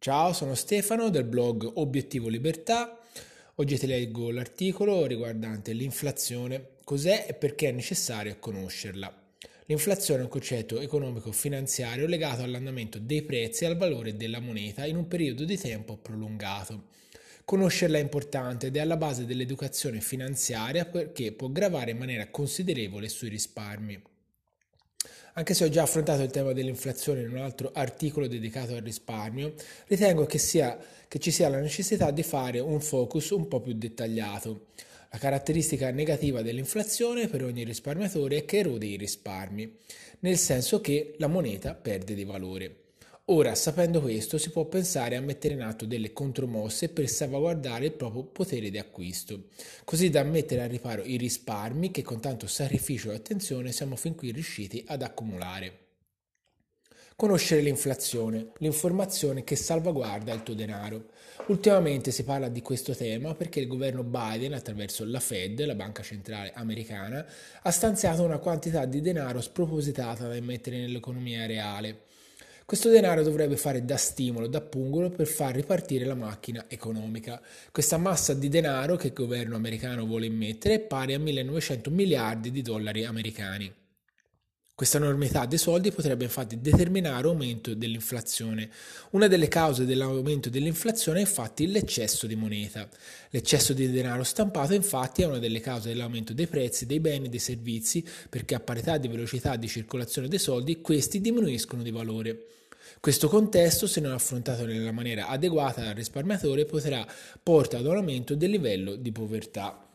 Ciao, sono Stefano del blog Obiettivo Libertà. Oggi ti leggo l'articolo riguardante l'inflazione, cos'è e perché è necessario conoscerla. L'inflazione è un concetto economico-finanziario legato all'andamento dei prezzi e al valore della moneta in un periodo di tempo prolungato. Conoscerla è importante ed è alla base dell'educazione finanziaria perché può gravare in maniera considerevole sui risparmi. Anche se ho già affrontato il tema dell'inflazione in un altro articolo dedicato al risparmio, ritengo che ci sia la necessità di fare un focus un po' più dettagliato. La caratteristica negativa dell'inflazione per ogni risparmiatore è che erode i risparmi, nel senso che la moneta perde di valore. Ora, sapendo questo, si può pensare a mettere in atto delle contromosse per salvaguardare il proprio potere di acquisto, così da mettere a riparo i risparmi che con tanto sacrificio e attenzione siamo fin qui riusciti ad accumulare. Conoscere l'inflazione, l'informazione che salvaguarda il tuo denaro. Ultimamente si parla di questo tema perché il governo Biden, attraverso la Fed, la banca centrale americana, ha stanziato una quantità di denaro spropositata da immettere nell'economia reale. Questo denaro dovrebbe fare da stimolo, da pungolo per far ripartire la macchina economica. Questa massa di denaro che il governo americano vuole immettere è pari a 1900 miliardi di dollari americani. Questa enormità dei soldi potrebbe infatti determinare aumento dell'inflazione. Una delle cause dell'aumento dell'inflazione è infatti l'eccesso di moneta. L'eccesso di denaro stampato infatti è una delle cause dell'aumento dei prezzi dei beni e dei servizi perché a parità di velocità di circolazione dei soldi questi diminuiscono di valore. Questo contesto, se non affrontato nella maniera adeguata dal risparmiatore, porta ad un aumento del livello di povertà.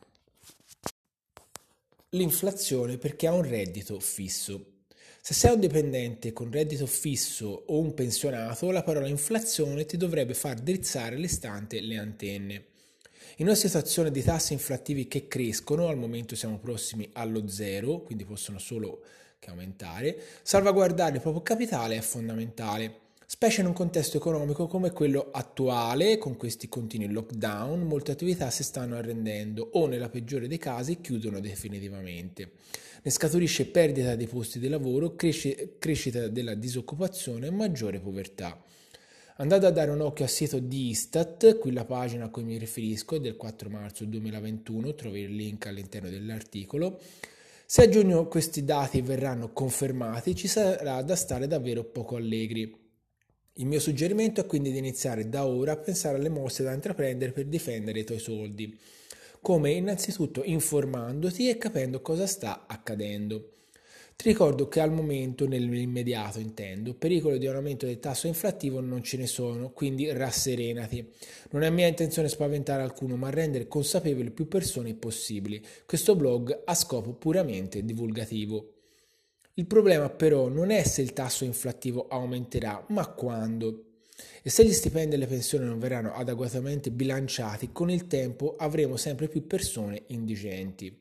L'inflazione perché ha un reddito fisso. Se sei un dipendente con reddito fisso o un pensionato, la parola inflazione ti dovrebbe far drizzare all'istante le antenne. In una situazione di tassi inflattivi che crescono, al momento siamo prossimi allo zero, quindi possono solo che aumentare, salvaguardare il proprio capitale è fondamentale. Specie in un contesto economico come quello attuale, con questi continui lockdown, molte attività si stanno arrendendo o, nella peggiore dei casi, chiudono definitivamente. Ne scaturisce perdita dei posti di lavoro, crescita della disoccupazione e maggiore povertà. Andate a dare un occhio al sito di Istat, qui la pagina a cui mi riferisco è del 4 marzo 2021, trovi il link all'interno dell'articolo. Se a giugno questi dati verranno confermati, ci sarà da stare davvero poco allegri. Il mio suggerimento è quindi di iniziare da ora a pensare alle mosse da intraprendere per difendere i tuoi soldi, come innanzitutto informandoti e capendo cosa sta accadendo. Ti ricordo che al momento, nell'immediato intendo, pericolo di un aumento del tasso inflattivo non ce ne sono, quindi rasserenati. Non è mia intenzione spaventare alcuno, ma rendere consapevoli più persone possibili. Questo blog ha scopo puramente divulgativo. Il problema però non è se il tasso inflattivo aumenterà, ma quando. E se gli stipendi e le pensioni non verranno adeguatamente bilanciati, con il tempo avremo sempre più persone indigenti.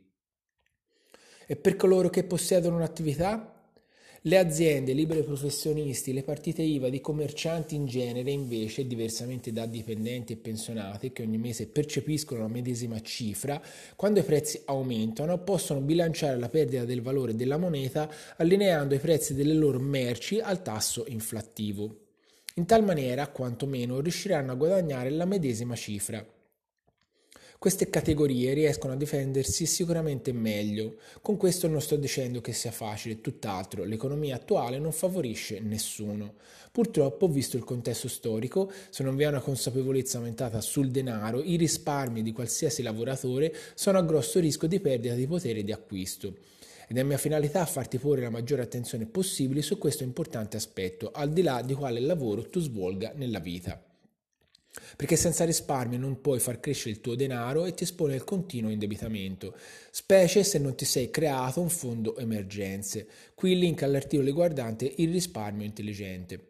E per coloro che possiedono un'attività? Le aziende, i liberi professionisti, le partite IVA di commercianti in genere, invece, diversamente da dipendenti e pensionati che ogni mese percepiscono la medesima cifra, quando i prezzi aumentano possono bilanciare la perdita del valore della moneta allineando i prezzi delle loro merci al tasso inflattivo. In tal maniera, quantomeno, riusciranno a guadagnare la medesima cifra. Queste categorie riescono a difendersi sicuramente meglio. Con questo non sto dicendo che sia facile, tutt'altro, l'economia attuale non favorisce nessuno. Purtroppo, visto il contesto storico, se non vi è una consapevolezza aumentata sul denaro, i risparmi di qualsiasi lavoratore sono a grosso rischio di perdita di potere di acquisto. Ed è mia finalità farti porre la maggiore attenzione possibile su questo importante aspetto, al di là di quale lavoro tu svolga nella vita. Perché senza risparmio non puoi far crescere il tuo denaro e ti espone al continuo indebitamento, specie se non ti sei creato un fondo emergenze. Qui il link all'articolo riguardante il risparmio intelligente.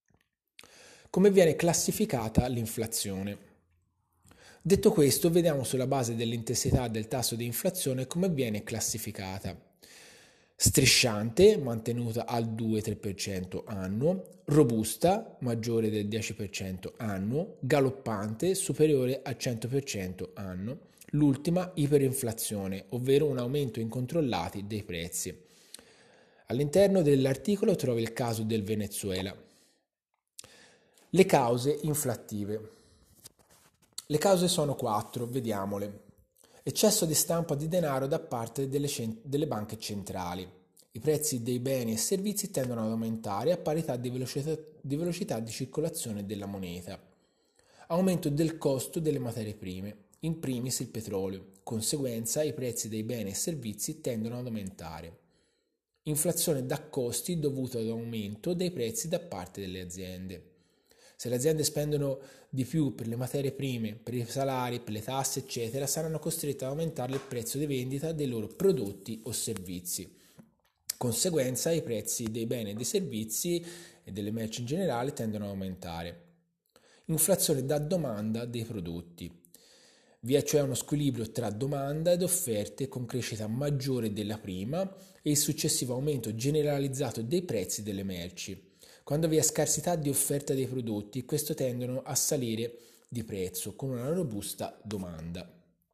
Come viene classificata l'inflazione? Detto questo, vediamo sulla base dell'intensità del tasso di inflazione come viene classificata. Strisciante, mantenuta al 2-3% annuo, robusta, maggiore del 10% annuo, galoppante, superiore al 100% annuo, l'ultima iperinflazione, ovvero un aumento incontrollati dei prezzi. All'interno dell'articolo trovi il caso del Venezuela. Le cause inflattive. Le cause sono 4, vediamole. Eccesso di stampa di denaro da parte delle banche centrali. I prezzi dei beni e servizi tendono ad aumentare a parità di velocità di circolazione della moneta. Aumento del costo delle materie prime, in primis il petrolio. Conseguenza, i prezzi dei beni e servizi tendono ad aumentare. Inflazione da costi dovuto ad aumento dei prezzi da parte delle aziende. Se le aziende spendono di più per le materie prime, per i salari, per le tasse, eccetera, saranno costrette ad aumentare il prezzo di vendita dei loro prodotti o servizi. Conseguenza, i prezzi dei beni e dei servizi e delle merci in generale tendono ad aumentare. Inflazione da domanda dei prodotti. Vi è cioè uno squilibrio tra domanda ed offerte con crescita maggiore della prima e il successivo aumento generalizzato dei prezzi delle merci. Quando vi è scarsità di offerta dei prodotti, questi tendono a salire di prezzo con una robusta domanda.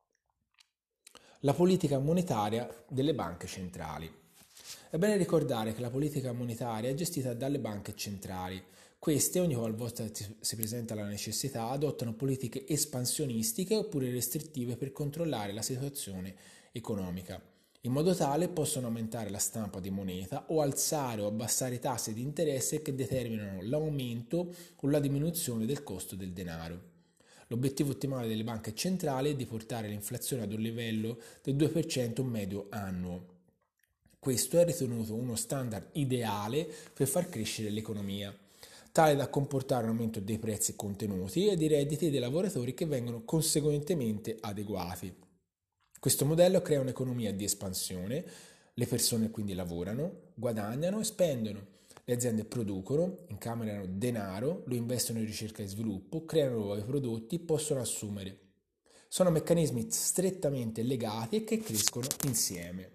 La politica monetaria delle banche centrali. È bene ricordare che la politica monetaria è gestita dalle banche centrali. Queste, ogni qualvolta si presenta la necessità, adottano politiche espansionistiche oppure restrittive per controllare la situazione economica. In modo tale possono aumentare la stampa di moneta o alzare o abbassare i tassi di interesse che determinano l'aumento o la diminuzione del costo del denaro. L'obiettivo ottimale delle banche centrali è di portare l'inflazione ad un livello del 2% medio annuo. Questo è ritenuto uno standard ideale per far crescere l'economia, tale da comportare un aumento dei prezzi contenuti e dei redditi dei lavoratori che vengono conseguentemente adeguati. Questo modello crea un'economia di espansione, le persone quindi lavorano, guadagnano e spendono, le aziende producono, incamerano denaro, lo investono in ricerca e sviluppo, creano nuovi prodotti, possono assumere. Sono meccanismi strettamente legati e che crescono insieme.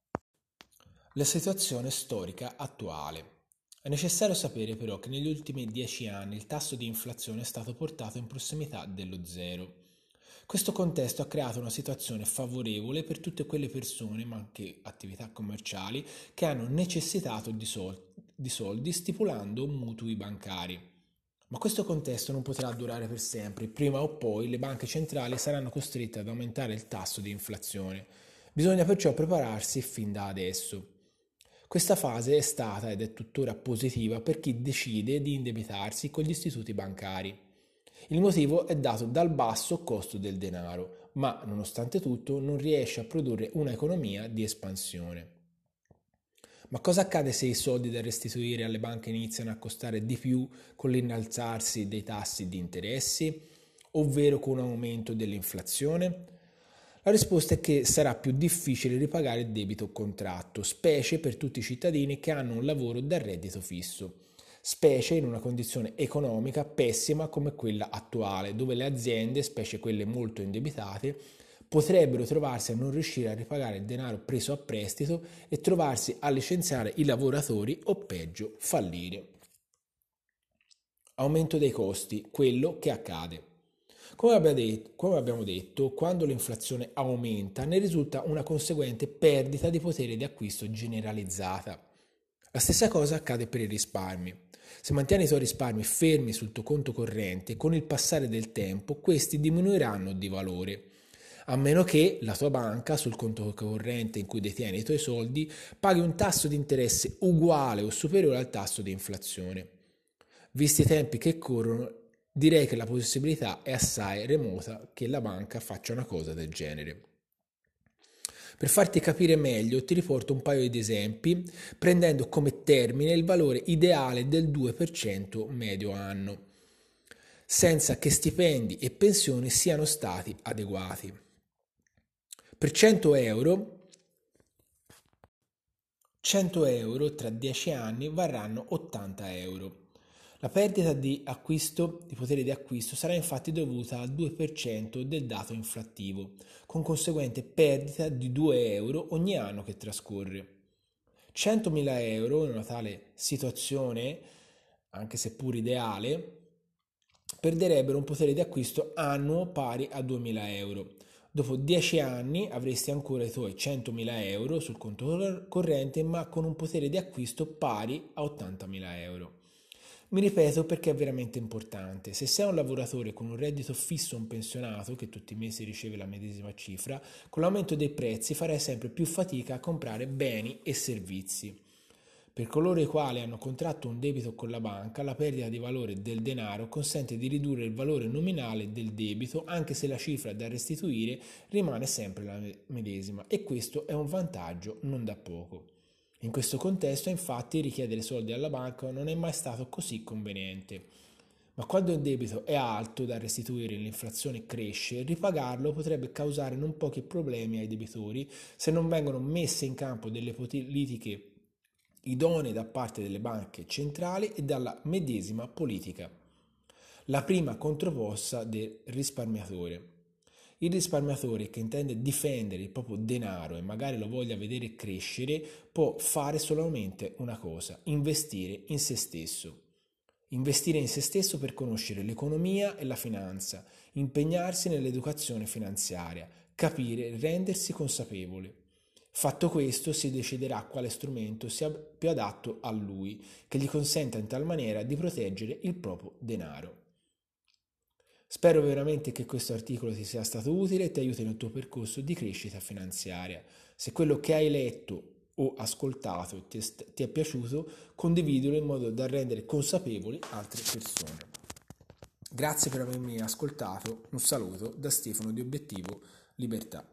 La situazione storica attuale. È necessario sapere però che negli ultimi 10 anni il tasso di inflazione è stato portato in prossimità dello zero. Questo contesto ha creato una situazione favorevole per tutte quelle persone, ma anche attività commerciali, che hanno necessitato di soldi stipulando mutui bancari. Ma questo contesto non potrà durare per sempre, prima o poi le banche centrali saranno costrette ad aumentare il tasso di inflazione. Bisogna perciò prepararsi fin da adesso. Questa fase è stata ed è tuttora positiva per chi decide di indebitarsi con gli istituti bancari. Il motivo è dato dal basso costo del denaro, ma nonostante tutto non riesce a produrre un'economia di espansione. Ma cosa accade se i soldi da restituire alle banche iniziano a costare di più con l'innalzarsi dei tassi di interessi, ovvero con un aumento dell'inflazione? La risposta è che sarà più difficile ripagare il debito contratto, specie per tutti i cittadini che hanno un lavoro da reddito fisso, specie in una condizione economica pessima come quella attuale, dove le aziende, specie quelle molto indebitate, potrebbero trovarsi a non riuscire a ripagare il denaro preso a prestito e trovarsi a licenziare i lavoratori o peggio fallire. Aumento dei costi, quello che accade. Come abbiamo detto, quando l'inflazione aumenta ne risulta una conseguente perdita di potere di acquisto generalizzata. La stessa cosa accade per i risparmi. Se mantieni i tuoi risparmi fermi sul tuo conto corrente, con il passare del tempo questi diminuiranno di valore, a meno che la tua banca sul conto corrente in cui detieni i tuoi soldi paghi un tasso di interesse uguale o superiore al tasso di inflazione. Visti i tempi che corrono, direi che la possibilità è assai remota che la banca faccia una cosa del genere. Per farti capire meglio ti riporto un paio di esempi, prendendo come termine il valore ideale del 2% medio anno, senza che stipendi e pensioni siano stati adeguati. Per 100 euro tra 10 anni varranno 80 euro. La perdita di potere di acquisto sarà infatti dovuta al 2% del dato inflattivo, con conseguente perdita di 2 euro ogni anno che trascorre. 100.000 euro in una tale situazione, anche seppur ideale, perderebbero un potere di acquisto annuo pari a 2.000 euro. Dopo 10 anni avresti ancora i tuoi 100.000 euro sul conto corrente, ma con un potere di acquisto pari a 80.000 euro. Mi ripeto perché è veramente importante. Se sei un lavoratore con un reddito fisso o un pensionato che tutti i mesi riceve la medesima cifra, con l'aumento dei prezzi farai sempre più fatica a comprare beni e servizi. Per coloro i quali hanno contratto un debito con la banca, la perdita di valore del denaro consente di ridurre il valore nominale del debito anche se la cifra da restituire rimane sempre la medesima e questo è un vantaggio non da poco. In questo contesto, infatti, richiedere soldi alla banca non è mai stato così conveniente. Ma quando il debito è alto da restituire e l'inflazione cresce, ripagarlo potrebbe causare non pochi problemi ai debitori se non vengono messe in campo delle politiche idonee da parte delle banche centrali e dalla medesima politica. La prima controposta del risparmiatore. Il risparmiatore che intende difendere il proprio denaro e magari lo voglia vedere crescere può fare solamente una cosa, investire in se stesso. Investire in se stesso per conoscere l'economia e la finanza, impegnarsi nell'educazione finanziaria, capire e rendersi consapevole. Fatto questo, si deciderà quale strumento sia più adatto a lui, che gli consenta in tal maniera di proteggere il proprio denaro. Spero veramente che questo articolo ti sia stato utile e ti aiuti nel tuo percorso di crescita finanziaria. Se quello che hai letto o ascoltato ti è piaciuto, condividilo in modo da rendere consapevoli altre persone. Grazie per avermi ascoltato, un saluto da Stefano di Obiettivo Libertà.